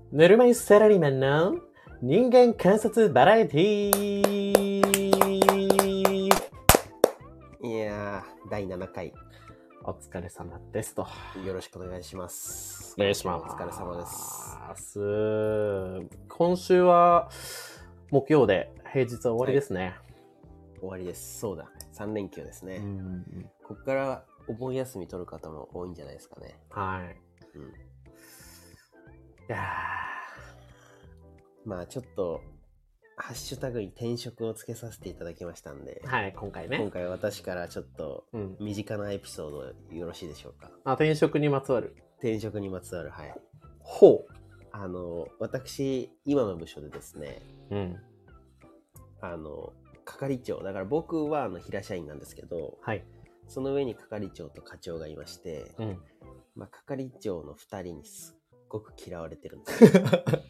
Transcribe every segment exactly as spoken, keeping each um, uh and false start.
ぬるま湯サラリーマンの人間観察バラエティー。 いやー、だいななかい。 お疲れ様ですと。 よろしくお願いします。 お願いします。 お疲れ様です。 今週は木曜で平日は終わりですね。はい、 終わりです。そうだ。さんれんきゅうですね。 うん、 こっからお盆休み取る方も多いんじゃないですかね。 はい。うん、いやまあちょっとハッシュタグに転職をつけさせていただきましたんで、 はい、今回ね。 今回私からちょっと身近なエピソードよろしいでしょうか。 あ、転職にまつわる。 転職にまつわる、はい。 ほう。 あの、私、今の部署でですね、 うん。 あの、係長、だから僕はあの平社員なんですけど、 はい。 その上に係長と課長がいまして、 うん。 まあ、係長のふたりにすっごく嫌われてるんですよ。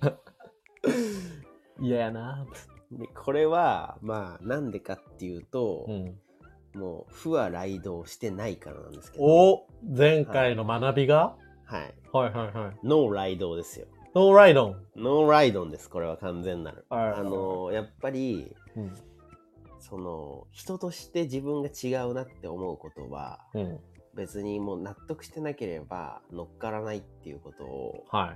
嫌やな。 でこれはまあなんでかっていうと、 うん、 もう負は雷動してないからなんですけど。 お、前回の学びが、 はい、 はいはいはい。 ノー雷動ですよ。 ノーライドン。 ノーライドンです。これは完全なる。 はい、 あのやっぱり、 うん、 その人として自分が違うなって思うことは、うん、別にもう納得してなければ乗っからないっていうことを、 はい、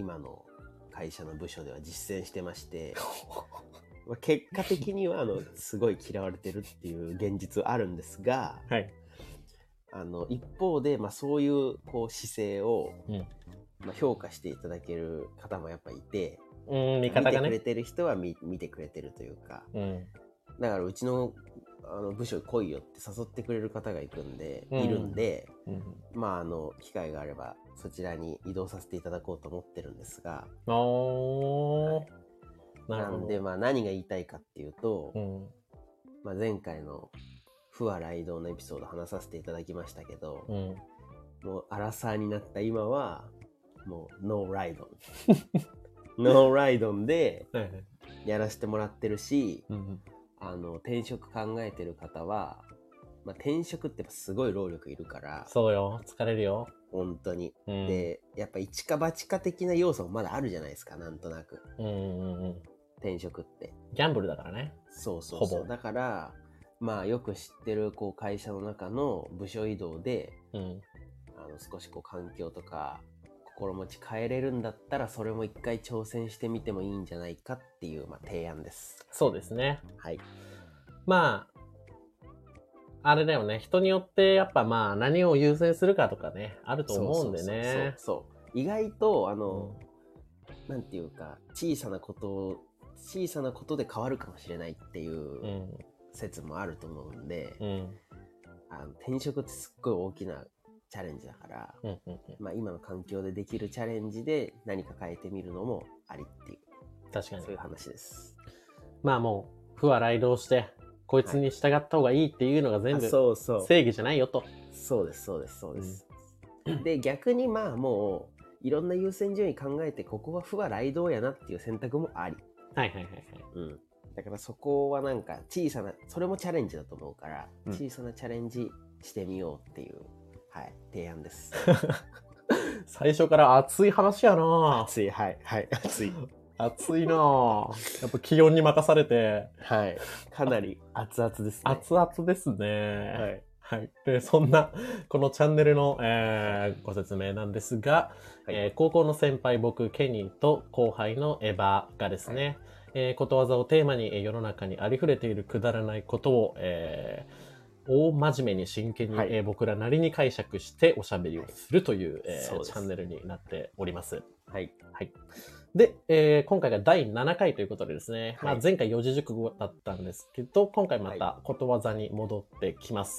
今の会社の部署では実践してまして結果的にはあのすごい嫌われてるっていう現実はあるんですが、 はい、 あの一方で、まあ、そういうこう姿勢を、うん、まあ、評価していただける方もやっぱいて、 うん、見方がね、 見てくれてる人は 見, 見てくれてるというか、うん、だからうちのあの部署来いよって誘ってくれる方がいるんで、うん、いるんで、うん、まああの機会があればそちらに移動させていただこうと思ってるんですが、 おー、 なんでまあ何が言いたいかっていうと、うん、まあ、前回の負は雷動のエピソード話させていただきましたけど、うん、もうアラサーになった今はもうノーライドンノーライドンでやらせてもらってるし、うん、あの転職考えてる方は、まあ、転職ってやっぱすごい労力いるから、 そうよ、疲れるよ本当に、うん、でやっぱ一か八か的な要素もまだあるじゃないですか、なんとなく、うんうんうん、転職ってギャンブルだからね。 そうそうそう、だからまあよく知ってるこう会社の中の部署移動で、うん、あの少しこう環境とか心持ち変えれるんだったらそれも一回挑戦してみてもいいんじゃないかっていう、まあ、提案です。 そうですね。 はい。 まああれだよね、人によってやっぱまあ何を優先するかとかねあると思うんでね。 そうそうそうそう意外とあの、うん、なんていうか小さなこと小さなことで変わるかもしれないっていう説もあると思うんで、うん、あの転職ってすっごい大きなチャレンジだから、うんうんうん、まあ今の環境でできるチャレンジで何か変えてみるのもありっていう、 確かにそういう話です。 まあもう負は雷動してこいつに従った方がいいっていうのが全部正義じゃないよと。 そうですそうですそうです、うん、で逆にまあもういろんな優先順位考えてここは負は雷動やなっていう選択もあり、 はいはいはいはい、 うん、だからそこはなんか小さなそれもチャレンジだと思うから、うん、小さなチャレンジしてみようっていう、はい、提案です最初から熱い話やな。 熱い、はいはい、熱い熱いなやっぱ気温に任されて、 はい、かなり熱々ですね。 熱々ですね。はい。はい。で、そんな、このチャンネルの、えー、ご説明なんですが、はい、えー、高校の先輩僕、ケニーと後輩のエヴァがですね、はい、えー、ことわざをテーマに世の中にありふれているくだらないことを、えー、大真面目に真剣に、はい、えー、僕らなりに解釈しておしゃべりをするという、はい、えー、チャンネルになっております。 はい。 はい。で、えー、今回がだいななかいということでですね、はい、まあ、前回四字熟語だったんですけど、今回またことわざに戻ってきます。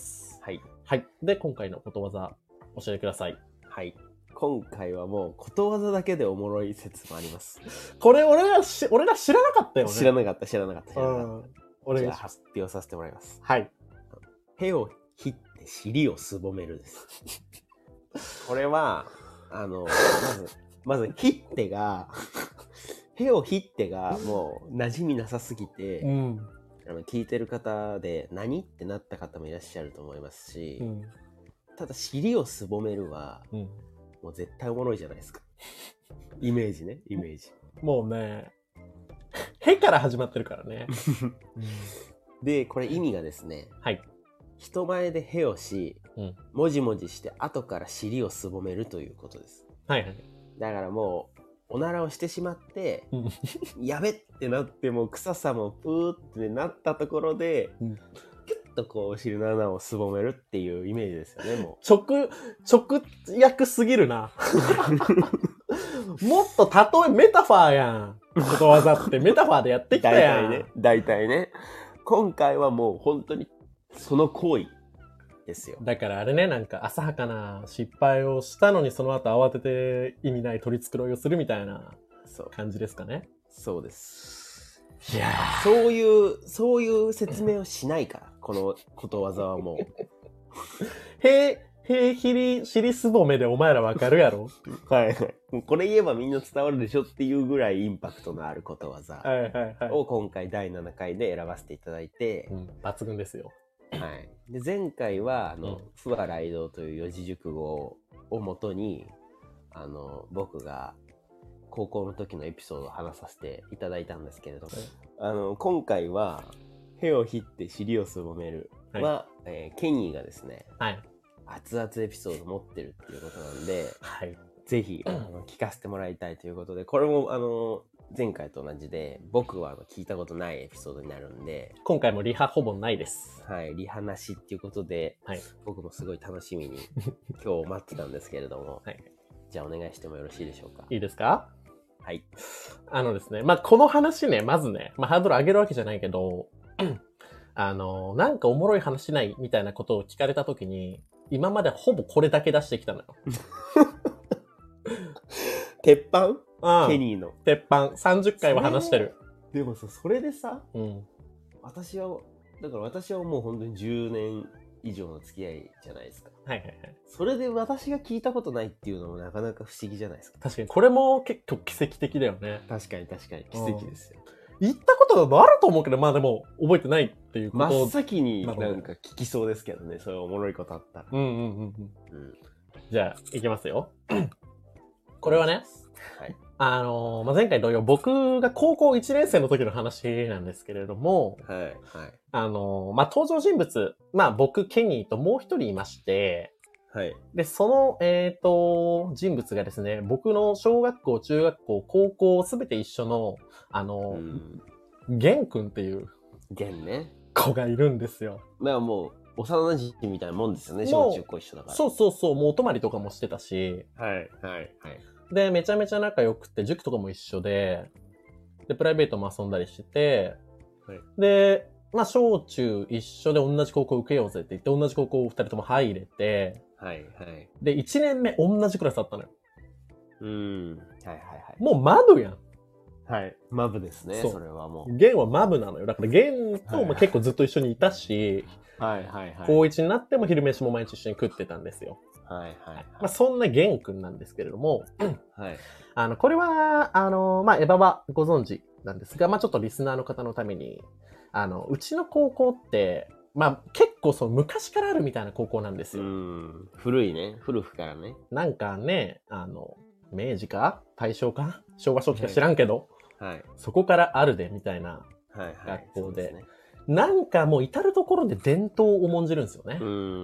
はい。 はい。で、今回のことわざ教えてください。 はい。今回はもうことわざだけでおもろい説もあります。 これ俺らし、俺ら知らなかったよね。 知らなかった、知らなかった、知らなかった。 俺が発表させてもらいます。 はい。 へをひって尻をすぼめるです。これは、あの、まず、まず、ひってが、へをひってがもう馴染みなさすぎて、うん、あの聞いてる方で何ってなった方もいらっしゃると思いますし、うん、ただ尻をすぼめるは、うん、もう絶対おもろいじゃないですか。 イメージね、イメージ。 もうね、へから始まってるからね。 で、これ意味がですね、 はい。 人前でへをし、うん、もじもじして後から尻をすぼめるということです。 はいはい。 だからもう、おならをしてしまって、やべってなっても臭さもプーってなったところで、うん、キュッとこうお尻の穴をすぼめるっていうイメージですよね、もう。 直、直訳すぎるな。もっと例えメタファーやん。ことわざってメタファーでやってきたやん。 大体ね。大体ね。今回はもう本当にその行為ですよ。 だからあれね、なんか浅はかな失敗をしたのにその後慌てて意味ない取り繕いをするみたいな感じですかね。 そう、そうです。 いやー。 そういう、そういう説明をしないから、このことわざはもう。 へえ。へいひり、しりすぼめでお前らわかるやろはいはい。もうこれ言えばみんな伝わるでしょっていうぐらいインパクトのあることわざを今回だいななかいで選ばせていただいて、 うん、抜群ですよ。 はい。で、前回は、あの、うん、不破雷道という四字熟語をもとに、あの、僕が高校の時のエピソードを話させていただいたんですけれども、あの、今回は、へをひって尻をすぼめるは、はい、えー、ケニーがですね、はい。熱々エピソード持ってるっていうことなんで、はい、ぜひあの聞かせてもらいたいということで、これもあの前回と同じで僕はあの聞いたことないエピソードになるんで、 今回もリハほぼないです。 はい、リハなしっていうことで、はい、僕もすごい楽しみに今日待ってたんですけれども、はい、じゃあお願いしてもよろしいでしょうか。 いいですか？ はい。 あのですね、まあこの話ね、まずね、まあハードル上げるわけじゃないけど、あのなんかおもろい話ないみたいなことを聞かれたときに。今までほぼこれだけ出してきたのよ。 鉄板、うん、ケニーの。 鉄板。さんじゅっかいは話してる。 でもさ、それでさ、うん、私は、だから私はもう本当にじゅうねん以上の付き合いじゃないですか。 はいはいはい。 それで私が聞いたことないっていうのもなかなか不思議じゃないですか。 確かに、これも結構奇跡的だよね。 確かに確かに奇跡ですよ。 言ったことがあると思うけど、まあでも覚えてないっていうこと真っ先になんか聞きそうですけどね、そういうおもろいことあったら。 うんうんうんうん。うん、じゃあ、いきますよ。これはね、はい、あのー、まあ、前回同様、僕が高校いちねん生の時の話なんですけれども、はい、はい。あのー、まあ、登場人物、まあ、僕、ケニーともう一人いまして、はい。で、その、えっと、人物がですね、僕の小学校、中学校、高校、すべて一緒の、あの、ゲン君っていう。 ゲンね。 子がいるんですよ。 まあもう、幼馴染みたいなもんですよね、小中高一緒だから。 そうそうそう、もうお泊まりとかもしてたし。 はい、はい、はい。 で、めちゃめちゃ仲良くて、塾とかも一緒で、で、プライベートも遊んだりしてて、はい、で、まあ、小中一緒で同じ高校受けようぜって言って、同じ高校二人とも入れて、はいはい。で、一年目同じクラスだったのよ。 うーん。はいはいはい。 もうマブやん。 はい。マブですね。そ, それはもう。 ゲンはマブなのよ。だからゲンとも結構ずっと一緒にいたし、はいはいはい。高一になっても昼飯も毎日一緒に食ってたんですよ。はいはい、はい。まあそんなゲン君なんですけれども、はい。あの、これは、あの、まあエヴァはご存知なんですが、まあちょっとリスナーの方のために、あの、うちの高校って、まあ結構その昔からあるみたいな高校なんですよ。 うん。古いね。古くからね。 なんかね、あの、明治か大正か昭和初期か知らんけど、はい。そこからあるでみたいな学校で。はいはい、なんかもう至るところで伝統を重んじるんですよね。うん。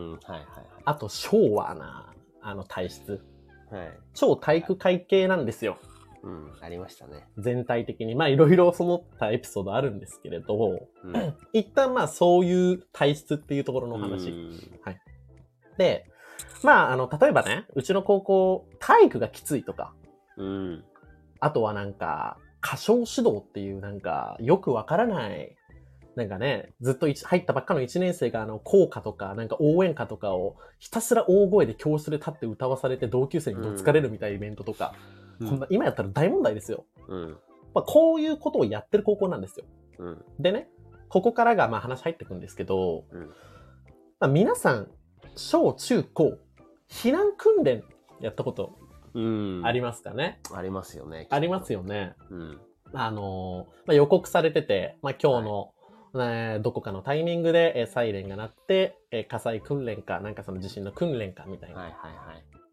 はいはいはい。あと昭和な、あの体質。はい。超体育会系なんですよ。 うん、ありましたね。 全体的に。まあいろいろその他エピソードあるんですけれど、うん、一旦まあそういう体質っていうところの話。はい。で、まああの、例えばね、うちの高校、体育がきついとか、うん、あとはなんか、歌唱指導っていうなんか、よくわからない、なんかね、ずっと入ったばっかのいちねん生があの、校歌とか、なんか応援歌とかをひたすら大声で教室で立って歌わされて同級生にどつかれるみたいなイベントとか、うん、こんな今やったら大問題ですよ。うん、まあ、こういうことをやってる高校なんですよ。うん、でね、ここからがまあ話入ってくんですけど、うん、まあ、皆さん、小中高、避難訓練やったことありますかね？ ありますよね。 ありますよね。うん、あのー、まあ、予告されてて、まあ、今日の、はい、えー、どこかのタイミングで、えー、サイレンが鳴って、えー、火災訓練か、なんかその地震の訓練かみたいな。はいはいはい。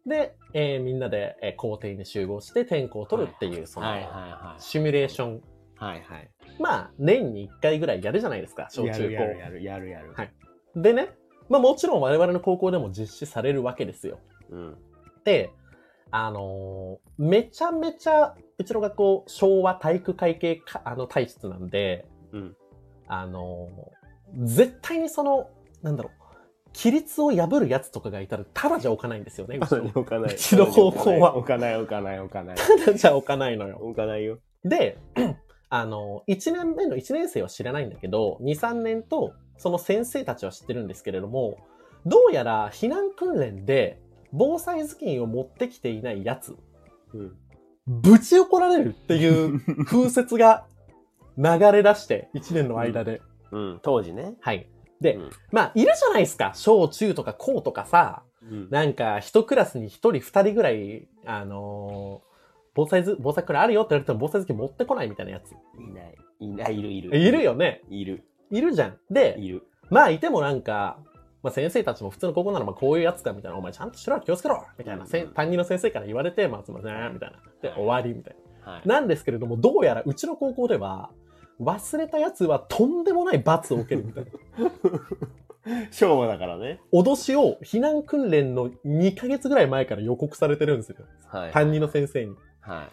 で、えー、みんなで、えー、校庭に集合して点呼を取るっていう、はい、その、はいはいはい、シミュレーション。 はいはい。 まあ、年にいっかいぐらいやるじゃないですか、小中高。 やるやるやるやる。 はい。でね、まあもちろん我々の高校でも実施されるわけですよ。うん。で、あのー、めちゃめちゃ、うちの学校、昭和体育会系か、あの体質なんで、うん。あのー、絶対にその、なんだろう、規律を破るやつとかがいたら、ただじゃ置かないんですよね、うちの。 置かない。 うちの高校は。 置かない、置かない、置かない。 ただじゃ置かないのよ。 置かないよ。 で、あの、いちねんめのいちねん生は知らないんだけど、に、さんねんとその先生たちは知ってるんですけれども、どうやら避難訓練で防災頭巾を持ってきていないやつ、うん、ぶち怒られるっていう風説が流れ出して、いちねんの間で。 うん、うん、当時ね。 はい。で、うん、まあ、いるじゃないですか。小中とか高とかさ、うん、なんか一クラスに一人二人ぐらい、あのー、防災ず、防災訓練あるよって言われても防災頭巾持ってこないみたいなやつ。 いない。いない、いる、いる。 いるよね。 いる。 いるじゃん。で、 いる。 まあいてもなんか、まあ先生たちも普通の高校ならまあこういうやつかみたいな、お前ちゃんとしろ、気をつけろみたいな、うんうん、担任の先生から言われて、まあすいません、みたいな。で、はい、終わりみたいな、はい。なんですけれども、どうやらうちの高校では、忘れたやつはとんでもない罰を受けるみたいな。 昭和だからね。 脅しを避難訓練のにかげつぐらい前から予告されてるんですよ。はい、担任の先生に。はい、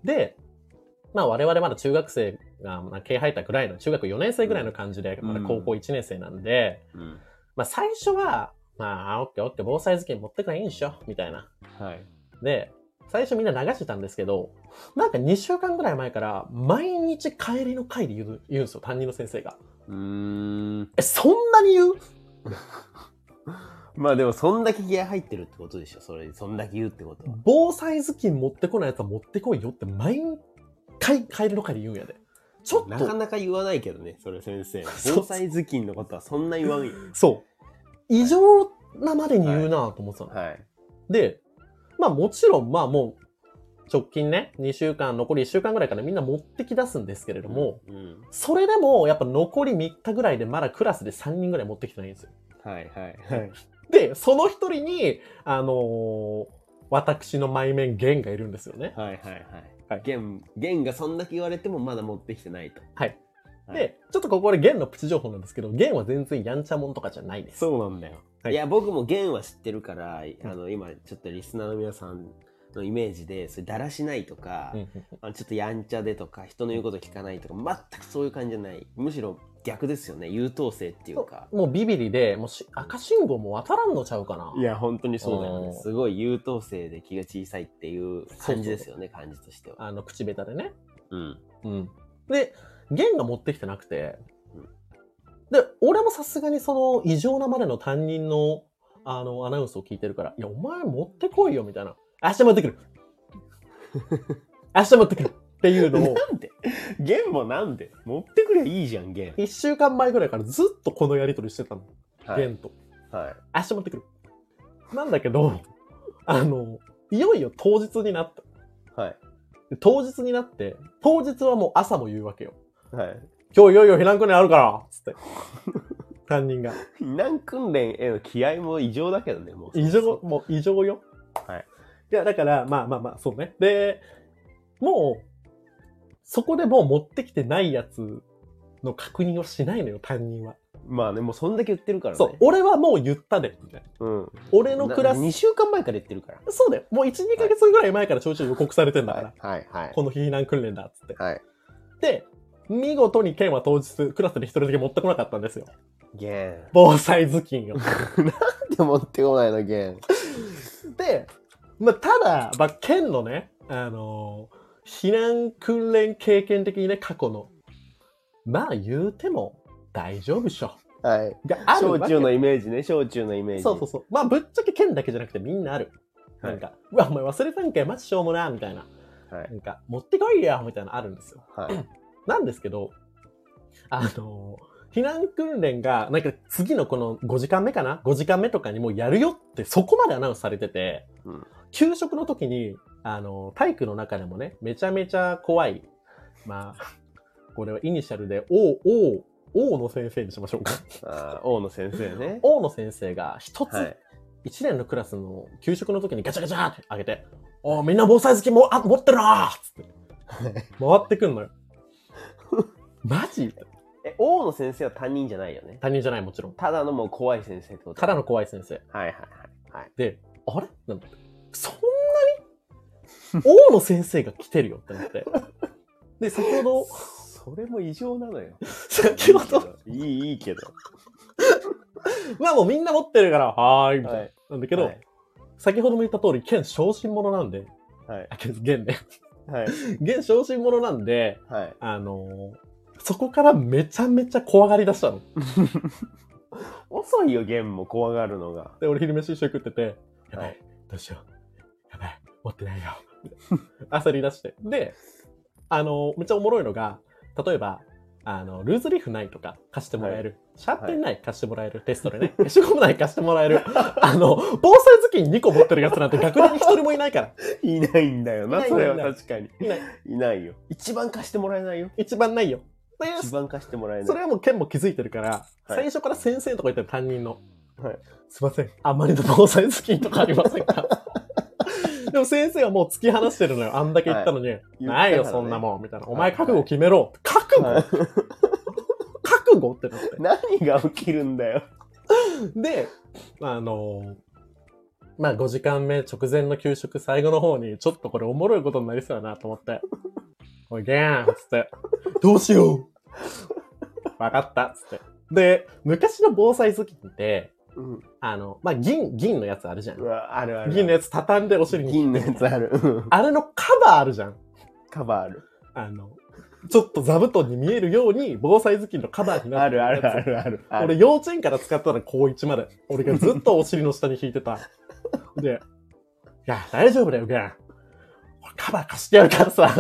で、まあ我々まだ中学生が、まあ、毛生えたぐらいの、中学よねん生ぐらいの感じで、まだ高校いちねん生なんで、うん、まあ最初は、まあ、オッケーオッケー、防災頭巾持ってくらいいんでしょみたいな。はい。で、最初みんな流してたんですけど、なんかにしゅうかんぐらい前から、毎日帰りの会で言う、言うんですよ、担任の先生が。うーん。え、そんなに言うまあでもそんだけ気合入ってるってことでしょ、それ、そんだけ言うってことは。 防災頭巾持ってこないやつは持ってこいよって毎回帰りの会で言うんやで。ちょっと。 なかなか言わないけどね、それ先生。防災頭巾のことはそんな言わんよ。 そう。異常なまでに言うなぁと思ってたの、はい。はい。で、まあもちろんまあもう直近ね、にしゅうかん、残りいっしゅうかんぐらいからみんな持ってき出すんですけれども、うんうん、それでもやっぱ残りみっかぐらいでまだクラスでさんにんぐらい持ってきてないんですよ。 はいはいはい。 で、その一人に、あのー、私の前面ゲンがいるんですよね。 はいはいはい。はい、ゲン、ゲンがそんだけ言われてもまだ持ってきてないと。 はい。はい、で、ちょっとここでゲンのプチ情報なんですけど、ゲンは全然やんちゃもんとかじゃないです。 そうなんだよ。はい、いや、僕もゲンは知ってるから、あの、今ちょっとリスナーの皆さんのイメージで、それだらしないとか、うん、あのちょっとやんちゃでとか、人の言うこと聞かないとか、全くそういう感じじゃない。むしろ逆ですよね。優等生っていうか。 もうビビリで、もうし赤信号も渡らんのちゃうかな。 いや、本当にそうだよね。すごい優等生で気が小さいっていう感じですよね、そうそう感じとしては。 あの、口下手でね。うん。うん。で、ゲンが持ってきてなくて、うん、で、俺もさすがにその異常なまでの担任の、あの、アナウンスを聞いてるから、いや、お前持ってこいよ、みたいな。明日持ってくる明日持ってくるっていうのを。 なんでゲンもなんで持ってくりゃいいじゃん、ゲン。 一週間前ぐらいからずっとこのやりとりしてたの。はい、ゲンと。はい。明日持ってくる。なんだけど、あの、いよいよ当日になった。はい。当日になって、当日はもう朝も言うわけよ。はい。今日いよいよ避難訓練あるからつって。担任が。 避難訓練への気合も異常だけどね、もう。異常、もう異常よ。はい。いや、だから、まあまあまあ、そうね。で、もう、そこでもう持ってきてないやつの確認をしないのよ、担任は。 まあね、もうそんだけ言ってるからね。 そう。俺はもう言ったで、みたいな。うん。俺のクラス。 にしゅうかんまえから言ってるから。 そうだよ。もういち、にかげつぐらい前からちょいちょい予告されてんだから。はい、はい、はい。この避難訓練だ、っつって。はい。で、見事にケンは当日、クラスで一人だけ持ってこなかったんですよ。 ゲン。 防災頭巾を。 なんで持ってこないの、ゲン。 で、まあ、ただ、まあ、ケンのね、あのー、避難訓練経験的にね、過去の。まあ、言うても大丈夫っしょ。 はい。があるわけ。小中のイメージね、小中のイメージ。 そうそうそう。まあ、ぶっちゃけケンだけじゃなくてみんなある。はい、なんか、うわ、お前忘れたんかい、マジしょうもな、みたいな。はい。なんか、持ってこいよ、みたいなのあるんですよ。はい。なんですけど、あのー、避難訓練が、なんか次のこのごじかんめかな ?ご 時間目とかにもうやるよってそこまでアナウンスされてて、うん、給食の時に、あのー、体育の中でもね、めちゃめちゃ怖い。まあ、これはイニシャルで、O、O、O の先生にしましょうか。 ああ、O の先生ね。 O の先生が一つ、はい、 いちねんのクラスの給食の時にガチャガチャって開けて、おーみんな防災好きもあ持ってるなーっつって。回ってくんのよ。マジえ、大野先生は担任じゃないよね。 担任じゃない、もちろん。 ただのもう怖い先生ってこと。 ただの怖い先生。 はいはいはい。はい、 で、あれなんだそんなに大野先生が来てるよってなって。で、先ほど、 それも異常なのよ。 先ほど、 いい、いいけど。 まあもうみんな持ってるから、はーい、みたいな。はい、なんだけど、 はい、 先ほども言った通り、県小心者なんで、 はい。 県ね。 はい。 現小心者なんで、 はい、 あのー、そこからめちゃめちゃ怖がり出したの。 遅いよ、現も怖がるのが。 で、俺昼飯一緒に食ってて、やばい、どうしよう。やばい、持ってないよ。焦り出して。で、あのー、めっちゃおもろいのが、例えば、あの、ルーズリーフないとか貸してもらえる。はい、シャーペンない貸してもらえる。テストでね。消しゴムない貸してもらえる。あの、防災頭巾にこ持ってるやつなんて学年に一人もいないから。 いないんだよな、それは確かに。 いない。 いないよ。一番貸してもらえないよ。 一番ないよ。 一番貸してもらえない。 それはもう県も気づいてるから、はい、最初から先生とか言ってる担任の。はい。すいません。あんまりの防災頭巾とかありませんかでも先生はもう突き放してるのよ。あんだけ言ったのに。はい、ないよ、ね、そんなもん。みたいな。お前覚悟決めろ。はい、覚悟、はい、覚悟ってなって。 何が起きるんだよ。 で、あのー、まあごじかんめ直前の給食最後の方に、ちょっとこれおもろいことになりそうだなと思って。おい、ゲーンつって。どうしようわかったつって。で、昔の防災頭巾って、うん、あの、まあ、銀、銀のやつあるじゃん。 うわ、あるある。 銀のやつ畳んでお尻に。 銀のやつある。 あれのカバーあるじゃん。 カバーある。 あの、ちょっと座布団に見えるように防災頭巾のカバーになってる。 あるあるあるある。 俺幼稚園から使ったら高いちまで。俺がずっとお尻の下に引いてた。で、いや、大丈夫だよ、ゲン。カバー貸してやるからさ。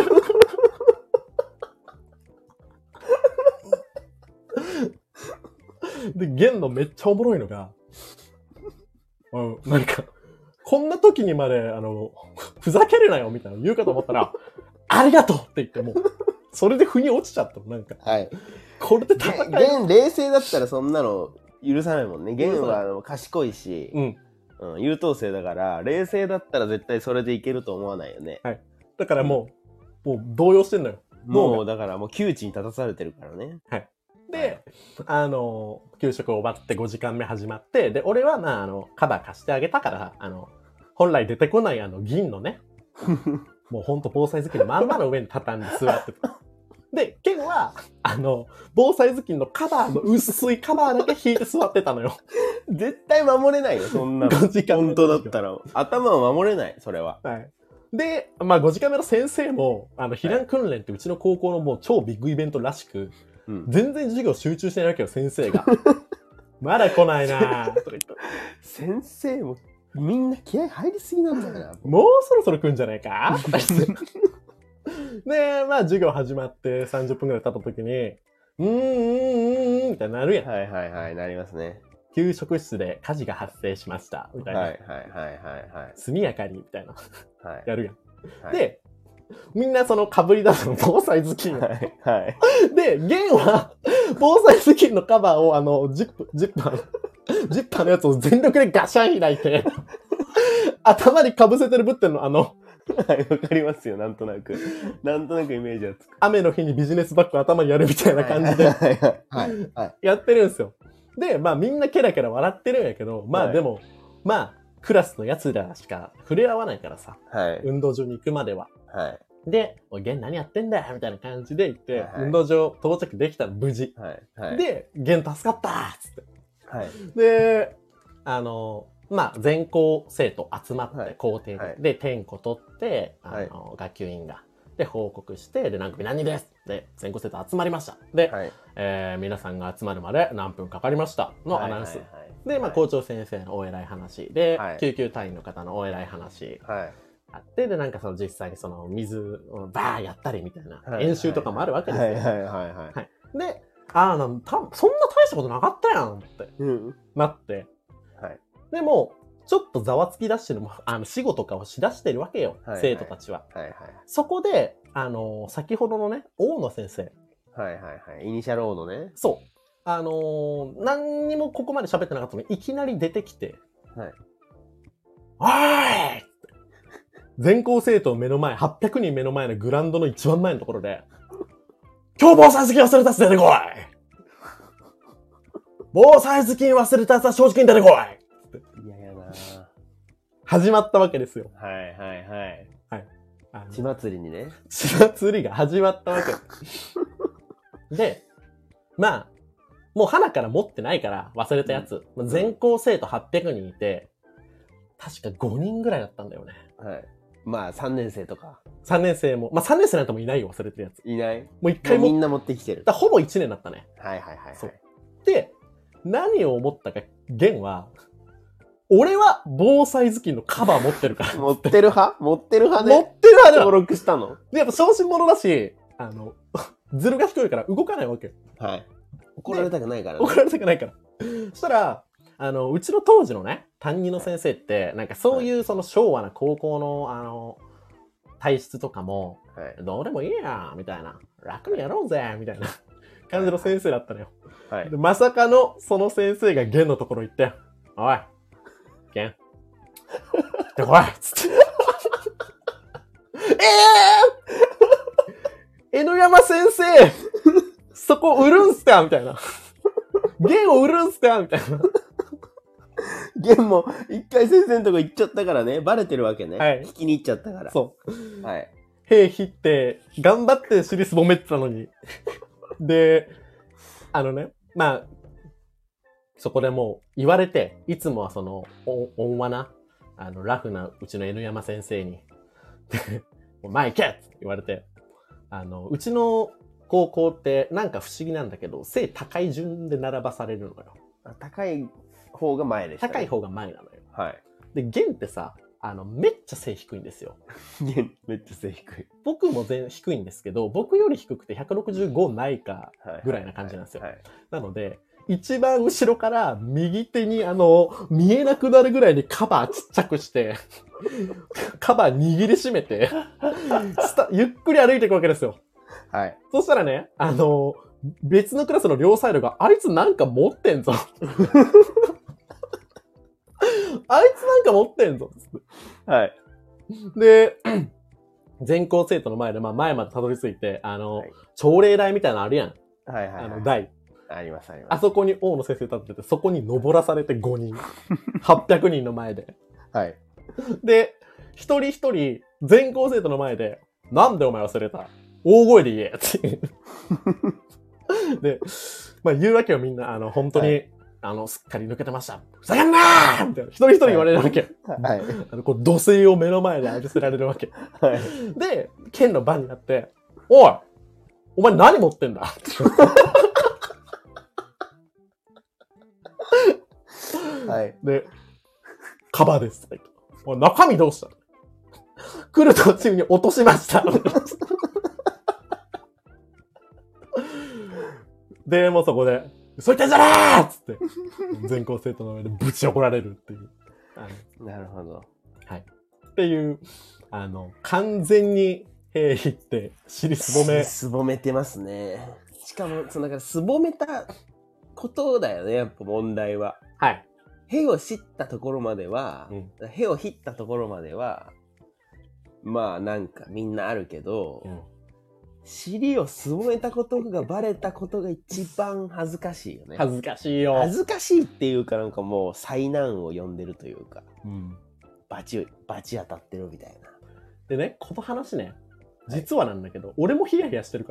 で、ゲンのめっちゃおもろいのが、うん、なんか、こんな時にまで、あの、ふざけるなよみたいなの言うかと思ったら、ありがとうって言ってもう、それで腑に落ちちゃった。なんか。 はい。 これで戦い。 ゲン、冷静だったらそんなの許さないもんね。ゲンはあの賢いし、うん。うん、優等生だから、冷静だったら絶対それでいけると思わないよね。 はい。だからもう、うん、もう動揺してんのよ。 もう、だからもう窮地に立たされてるからね。 はい。で、あの、給食終わってごじかんめ始まって、で、俺はまあ、あの、カバー貸してあげたから、あの、本来出てこないあの、銀のね、もうほんと防災頭巾のまんまの上に畳んで座ってた。で、ケンは、あの、防災頭巾のカバーの薄いカバーだけ引いて座ってたのよ。 絶対守れないよ、そんなの。 ごじかんめ。 本当だったら。頭を守れない、それは。 はい。で、まあごじかんめの先生も、あの、避難訓練ってうちの高校のもう超ビッグイベントらしく、うん、全然授業集中してないわけよ、先生が。まだ来ないなぁ、とか言って。 先生も、みんな気合入りすぎなんだよな。 もうそろそろ来んじゃないかとか言って。で、まあ授業始まってさんじゅっぷんくらい経った時に、うーん、うーん、うーん、みたいになるやん。 はいはいはい、なりますね。 給食室で火事が発生しました。みたいな。 はいはいはいはいはい。 速やかに、みたいな。 はい。 やるやん。 はい、 で、みんなその被り出すの防災頭巾。 はい。はい。 で、ゲンは、防災頭巾のカバーをあの、ジップ、ジッパーの、ジッパーのやつを全力でガシャン開いて、頭に被せてるぶってんの、あの、 はい、わかりますよ、なんとなく。なんとなくイメージはつく。 雨の日にビジネスバッグ頭にやるみたいな感じで、やってるんですよ。で、まあみんなケラケラ笑ってるんやけど、まあでも、はい、まあ、クラスのやつらしか触れ合わないからさ、はい、運動場に行くまでは。はい、で、おい、ゲン何やってんだよみたいな感じで行って、はい、運動場到着できたの無事。はいはい、で、ゲン助かったーっつって。はい、で、あの、まあ、全校生徒集まって校庭で、はい、で、点呼取って、あの、はい、学級委員が、で、報告して、で、何組何人ですで、全校生徒集まりました。で、はい、えー、皆さんが集まるまで何分かかりましたのアナウンス。はいはいはい、で、まあ、校長先生のお偉い話で、はい、救急隊員の方のお偉い話。はいあって、で、なんかその実際にその水をバーやったりみたいな演習とかもあるわけですよ。はいはいはいはい。はい、で、ああ、なんたそんな大したことなかったやんって、うん、なって。はい。でも、ちょっとざわつき出してるも、あの、死後とかをしだしてるわけよ、はいはい、生徒たちは。はいはい。そこで、あのー、先ほどのね、大野先生。 はいはいはい。イニシャル大野ね。 そう。あのー、何にもここまで喋ってなかったのに、いきなり出てきて、 はい。 おーい全校生徒目の前、はっぴゃくにん目の前のグラウンドの一番前のところで、今日防災頭巾忘れたやつ出てこい防災頭巾忘れたやつは正直に出てこいいややな始まったわけですよ。 はいはいはい。 はい。 血祭りにね。 血祭りが始まったわけ。で、まあ、もう花から持ってないから忘れたやつ。うん、全校生徒はっぴゃくにんいて、確かごにんぐらいだったんだよね。 はい。まあさんねん生とか。 さんねん生も。まあさんねん生なんてもいないよ、忘れてるやつ。 いないもう一回も。 みんな持ってきてる。 だほぼいちねんだったね。 はいはいはい、はい。 そう。で、何を思ったか、玄は、俺は防災頭巾のカバー持ってるから。 持ってる派持ってる派ね。 持ってる派で登録したので、やっぱ小心者だし、あの、ズルが低いから動かないわけよ。 はい。怒られたくないからね。怒られたくないから。そしたら、あの、うちの当時のね、担任の先生って、なんかそういうその昭和な高校の、あの、体質とかも、はい、どうでもいいやみたいな。楽にやろうぜみたいな感じの先生だったのよ。はい、でまさかのその先生が玄のところ行って、おい、玄、でこいっつって。えー !N 山先生そこ売るんすかみたいな。玄を売るんすかみたいな。 玄も一回先生のとこ行っちゃったからね。バレてるわけね。はい。聞きに行っちゃったから。 そう。はい。兵引って、頑張って尻すぼめてたのに。で、あのね、まあ、そこでもう言われて、いつもはその、温和な、あの、ラフなうちの N 山先生に、もう前行けって言われて、あの、うちの高校ってなんか不思議なんだけど、背高い順で並ばされるのよ。 高い方が前でした、ね。 高い方が前なのよ。 はい。 で、玄ってさ、あの、めっちゃ背低いんですよ。 玄、めっちゃ背低い。 僕も全低いんですけど、僕より低くてひゃくろくじゅうごないかぐらいな感じなんですよ。なので、一番後ろから右手にあの、見えなくなるぐらいにカバーちっちゃくして、カバー握りしめて、スタゆっくり歩いていくわけですよ。 はい。 そしたらね、あの、別のクラスの両サイドが、あいつなんか持ってんぞ。あいつなんか持ってんぞ。 はい。 で、全校生徒の前で、まあ前までたどり着いて、あの、はい、朝礼台みたいなのあるやん。 はいはい、はい。 あの台。 ありますあります。 あそこに大野先生立ってて、そこに登らされてごにん。はっぴゃくにんの前で。 はい。 で、一人一人、全校生徒の前で、なんでお前忘れた？大声で言えって。で、まあ言うわけよみんな、あの、本当に、はい、あの、すっかり抜けてました。ふざけんなーみたいな。一人一人言われるわけ。 はい。 あの、こう、土星を目の前で浴びせられるわけ。はい。で、剣の番になって、おいお前何持ってんだはい。 で、カバーです。おい中身どうした来る途中に落としました。で、もうそこで、そう言ってんじゃねーっつって、全校生徒の上でぶち怒られるっていう。 なるほど。 はい。っていう、あの、完全に兵引って、尻すぼめ。 すぼめてますね。しかも、その、だからすぼめたことだよね、やっぱ問題は。 はい。 兵を知ったところまでは、うん、兵を引ったところまでは、まあなんかみんなあるけど、うん、尻をすぼめたことがバレたことが一番恥ずかしいよね。 恥ずかしいよ。 恥ずかしいっていうかなんかもう災難を呼んでるというか、うん、バチ、バチ当たってるみたいな。 でね、この話ね、実はなんだけど、はい、俺もヒヤヒヤしてるから。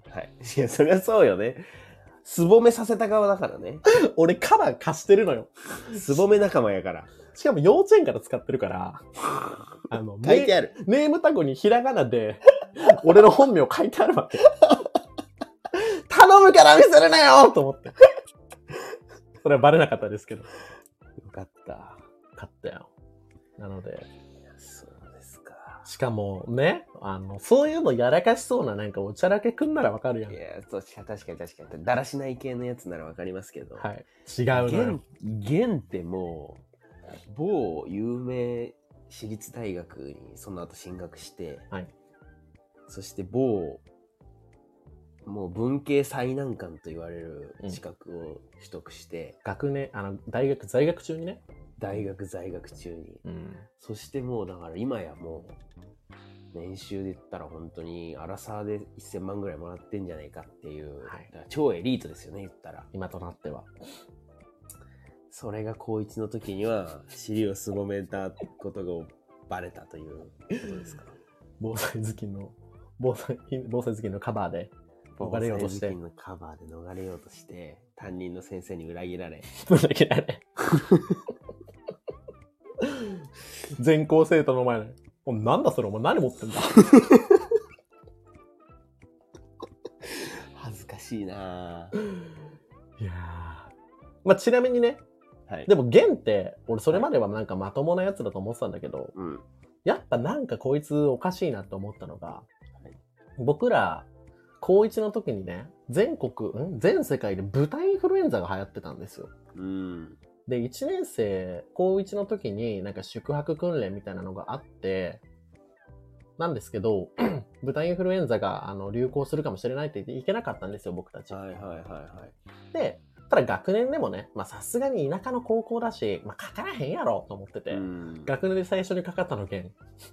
はい。いや、そりゃそうよね。すぼめさせた側だからね。 俺カバー貸してるのよ。 すぼめ仲間やから。 しかも幼稚園から使ってるから、あの、 書いてある。 ネームタグにひらがなで、俺の本名書いてあるわけ。頼むから見せるなよと思って。それはバレなかったですけど。よかった。 勝ったよ。なので。 そうですか。 しかもね、あの、そういうのやらかしそうななんかおちゃらけくんならわかるやん。 いや、そう、確かに確かに。だらしない系のやつならわかりますけど。 はい。違うのよ。 玄ってもう、某有名私立大学にその後進学して、はい、そして某もう文系最難関と言われる資格を取得して、 うん、学年あの大学在学中にね、 大学在学中に、うん、そしてもうだから今やもう年収で言ったら本当にアラサーでせんまんぐらいもらってんじゃないかっていう、はい、だから超エリートですよね言ったら今となっては。 それが高いちの時には尻をすぼめたことがバレたということですか。 防災頭巾の防災防災頭巾のカバーで逃れようとして、 防災頭巾のカバーで逃れようとして担任の先生に裏切られ裏切られ全校生徒の前で、お前なんだそれ、お前何持ってんだ恥ずかしいな。 いやー、まあちなみにね、はい、でもゲンって俺それまではなんかまともなやつだと思ってたんだけど、うん、やっぱなんかこいつおかしいなって思ったのが、はい、僕ら高いちの時にね、全国ん全世界で豚インフルエンザが流行ってたんですよ。うん、でいちねん生高いちの時になんか宿泊訓練みたいなのがあってなんですけど豚インフルエンザがあの流行するかもしれないって言って行けなかったんですよ僕たち。はいはいはいはい。でただ学年でもね、まあさすがに田舎の高校だし、まあかからへんやろと思ってて、学年で最初にかかったのゲン。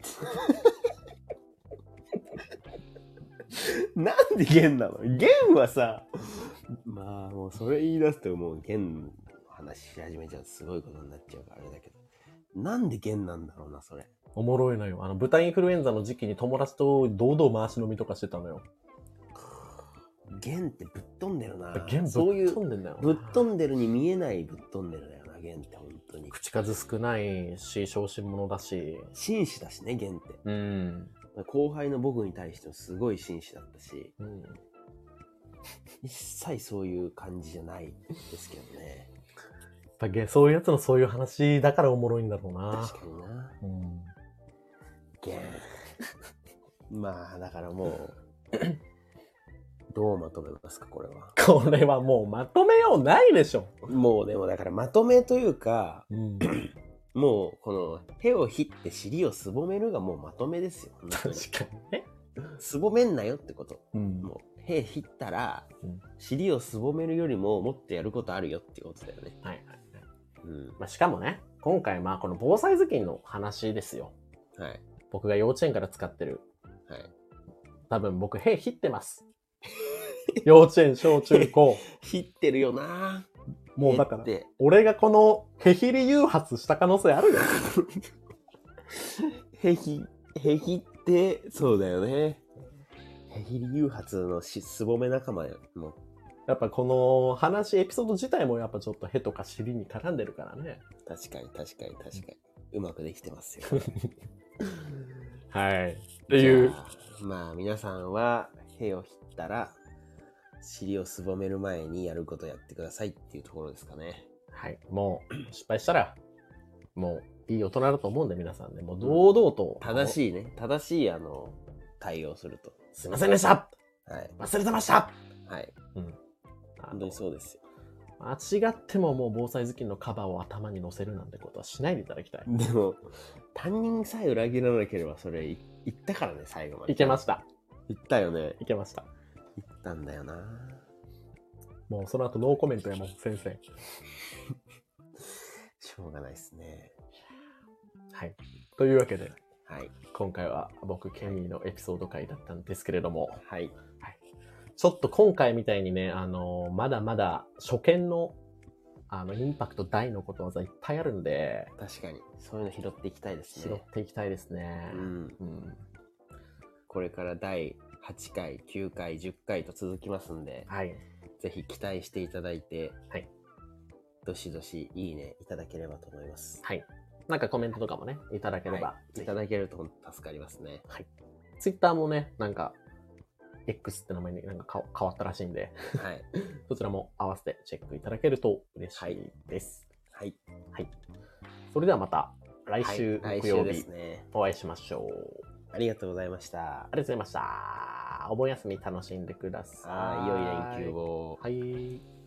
なんでゲンなの？ゲンはさ、まあもうそれ言い出すともうゲンの話し始めちゃうとすごいことになっちゃうからあれだけど、なんでゲンなんだろうなそれ。 おもろいのよ。あの豚インフルエンザの時期に友達と堂々回し飲みとかしてたのよ。 ゲンってぶっ飛んでるな。 ゲンぶっ飛んでんだよな。 ぶっ飛んでるに見えないぶっ飛んでるだよな、ゲンって本当に。 口数少ないし、小心者だし。 紳士だしね、ゲンって。うん。後輩の僕に対してもすごい紳士だったし、うん、一切そういう感じじゃないですけどね。 やっぱゲン、そういうやつのそういう話だからおもろいんだろうな。 確かにな。うん、ゲン。まあ、だからもう、どうまとめますか、これは。 これはもうまとめようないでしょ。 もうでもだからまとめというか、うん、もうこの手をひって尻をすぼめるがもうまとめですよ。 確かにね。 すぼめんなよってこと。うん、もう手ひったら、うん、尻をすぼめるよりももっとやることあるよっていうことだよね。はいはいはい。 うんまあ、しかもね、今回まあこの防災頭巾の話ですよ。はい。僕が幼稚園から使ってる。はい。多分僕手ひってます。幼稚園、小中高。 ひってるよな。 もうだから、俺がこのへひり誘発した可能性あるよ。 へひ、へひって、そうだよね。へひり誘発のしすぼめ仲間よ。もうやっぱこの話、エピソード自体もやっぱちょっとへとか尻に絡んでるからね。 確かに確かに確かに。うまくできてますよ。 はい。っていう。 まあ皆さんは、へをひったら、尻をすぼめる前にやることやってくださいっていうところですかね。 はい。もう失敗したら、もういい大人だと思うんで皆さんね、もう堂々と。 うん、正しいね。正しいあの、対応すると。 すいませんでした。はい。忘れてました。はい。 うん。本当にそうですよ。 間違ってももう防災頭巾のカバーを頭に乗せるなんてことはしないでいただきたい。 でも、担任さえ裏切らなければそれ言ったからね、最後まで。 いけました。 言ったよね。 いけました。 言ったんだよな。 もうその後ノーコメントやもん、先生。 しょうがないですね。 はい。というわけで、はい、今回は僕、ケニーのエピソード回だったんですけれども、はい。はい、ちょっと今回みたいにね、あのー、まだまだ初見の、あの、インパクト大のことわざいっぱいあるんで、 確かに。そういうの拾っていきたいですね。 拾っていきたいですね。うん。うん、 これからだいはちかい、きゅうかい、じゅっかいと続きますんで、はい。ぜひ期待していただいて、はい。どしどしいいねいただければと思います。 はい。なんかコメントとかもね、いただければ。はい、いただけると助かりますね。 はい。ツイッターもね、なんか、X って名前になんか変わったらしいんで、はい。そちらも合わせてチェックいただけると嬉しいです。はい。はい。それではまた来週木曜日お会いしましょう。 ありがとうございました。 ありがとうございました。お盆休み楽しんでください。 良い連休を。 はい。